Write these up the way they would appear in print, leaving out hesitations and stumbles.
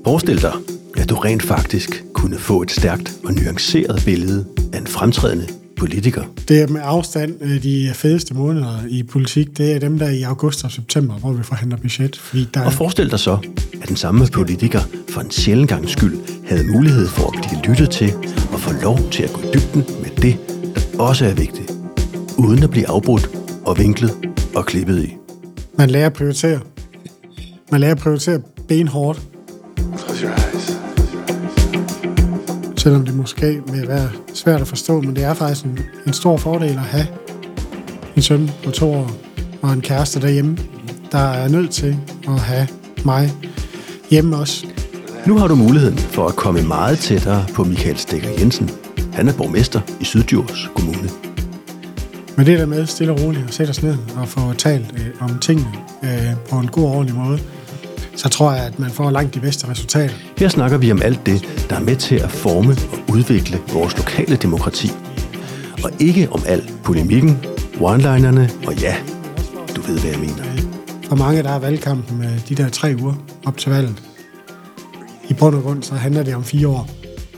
Forestil dig, at du rent faktisk kunne få et stærkt og nuanceret billede af en fremtrædende politiker. Det er med afstand de fedeste måneder i politik, det er dem, der er i august og september, hvor vi forhandler budget. Fordi Og forestil dig så, at den samme politiker for en sjælden gangs skyld havde mulighed for at blive lyttet til og få lov til at gå i dybden med det, der også er vigtigt, uden at blive afbrudt og vinklet og klippet i. Man lærer at prioritere. Man lærer at prioritere benhårdt. Close your eyes. Selvom det måske vil være svært at forstå, men det er faktisk en stor fordel at have en søn på 2 år og en kæreste derhjemme, der er nødt til at have mig hjemme også. Nu har du muligheden for at komme meget tættere på Michael Stikker Jensen. Han er borgmester i Syddjurs Kommune. Men det der med stille og roligt at sætte os ned og få talt om tingene på en god og ordentlig måde, så tror jeg, at man får langt de bedste resultater. Her snakker vi om alt det, der er med til at forme og udvikle vores lokale demokrati. Og ikke om al polemikken, one-linerne og ja, du ved, hvad jeg mener. For mange, der er valgkampen med de der 3 uger op til valget. I bund og grund, så handler det om 4 år.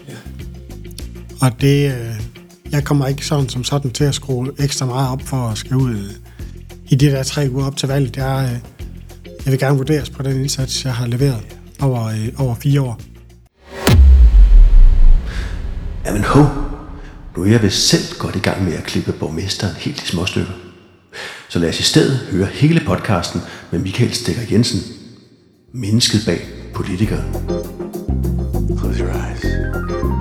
Og det, jeg kommer ikke sådan til at skrue ekstra meget op for at skal ud i de der 3 uger op til valget. Jeg vil gerne vurderes på den indsats, jeg har leveret over 4 år. Jamen nu er jeg vist selv godt i gang med at klippe borgmesteren helt i små stykker. Så lad os i stedet høre hele podcasten med Michael Stikker Jensen. Mennesket bag politikeren. Close your eyes.